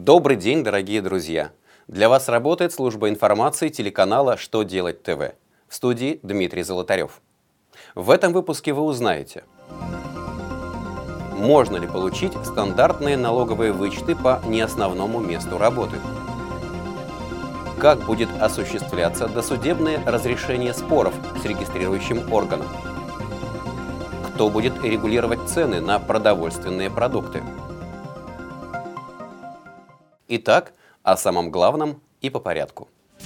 Добрый день, дорогие друзья! Для вас работает служба информации телеканала «Что делать ТВ». В студии Дмитрий Золотарев. В этом выпуске вы узнаете, можно ли получить стандартные налоговые вычеты по неосновному месту работы, как будет осуществляться досудебное разрешение споров с регистрирующим органом, кто будет регулировать цены на продовольственные продукты. Итак, о самом главном и по порядку.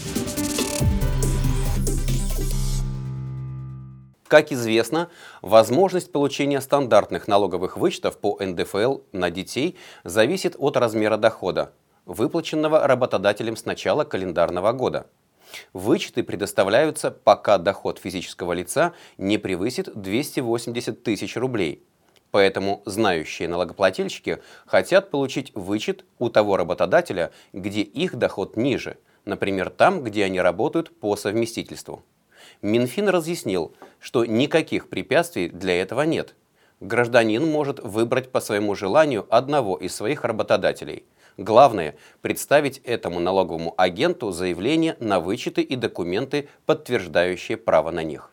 Как известно, возможность получения стандартных налоговых вычетов по НДФЛ на детей зависит от размера дохода, выплаченного работодателем с начала календарного года. Вычеты предоставляются, пока доход физического лица не превысит 280 тысяч рублей. Поэтому знающие налогоплательщики хотят получить вычет у того работодателя, где их доход ниже, например, там, где они работают по совместительству. Минфин разъяснил, что никаких препятствий для этого нет. Гражданин может выбрать по своему желанию одного из своих работодателей. Главное – представить этому налоговому агенту заявление на вычеты и документы, подтверждающие право на них.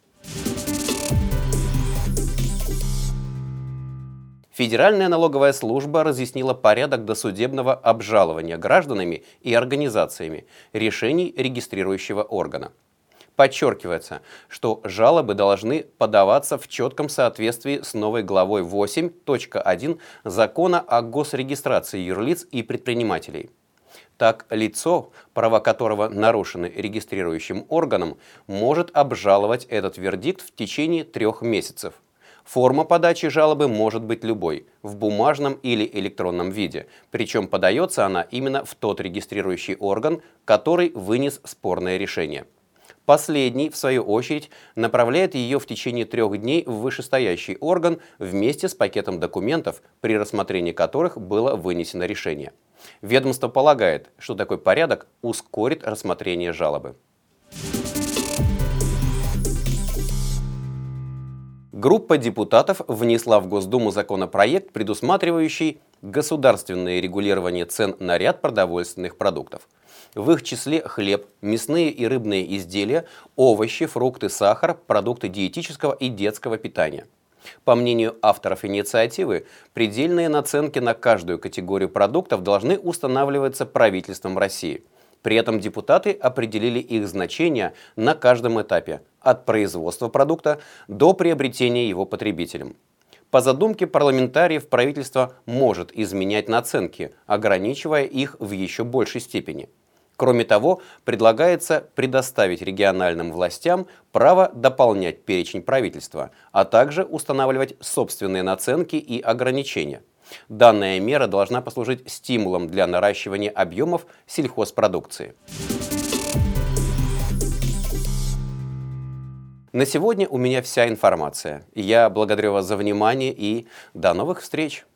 Федеральная налоговая служба разъяснила порядок досудебного обжалования гражданами и организациями решений регистрирующего органа. Подчеркивается, что жалобы должны подаваться в четком соответствии с новой главой 8.1 Закона о госрегистрации юрлиц и предпринимателей. Так, лицо, права которого нарушены регистрирующим органом, может обжаловать этот вердикт в течение 3 месяцев. Форма подачи жалобы может быть любой, в бумажном или электронном виде, причем подается она именно в тот регистрирующий орган, который вынес спорное решение. Последний, в свою очередь, направляет ее в течение 3 дней в вышестоящий орган вместе с пакетом документов, при рассмотрении которых было вынесено решение. Ведомство полагает, что такой порядок ускорит рассмотрение жалобы. Группа депутатов внесла в Госдуму законопроект, предусматривающий государственное регулирование цен на ряд продовольственных продуктов. В их числе хлеб, мясные и рыбные изделия, овощи, фрукты, сахар, продукты диетического и детского питания. По мнению авторов инициативы, предельные наценки на каждую категорию продуктов должны устанавливаться правительством России. При этом депутаты определили их значение на каждом этапе, от производства продукта до приобретения его потребителем. По задумке парламентариев, правительство может изменять наценки, ограничивая их в еще большей степени. Кроме того, предлагается предоставить региональным властям право дополнять перечень правительства, а также устанавливать собственные наценки и ограничения. Данная мера должна послужить стимулом для наращивания объемов сельхозпродукции. На сегодня у меня вся информация. Я благодарю вас за внимание и до новых встреч!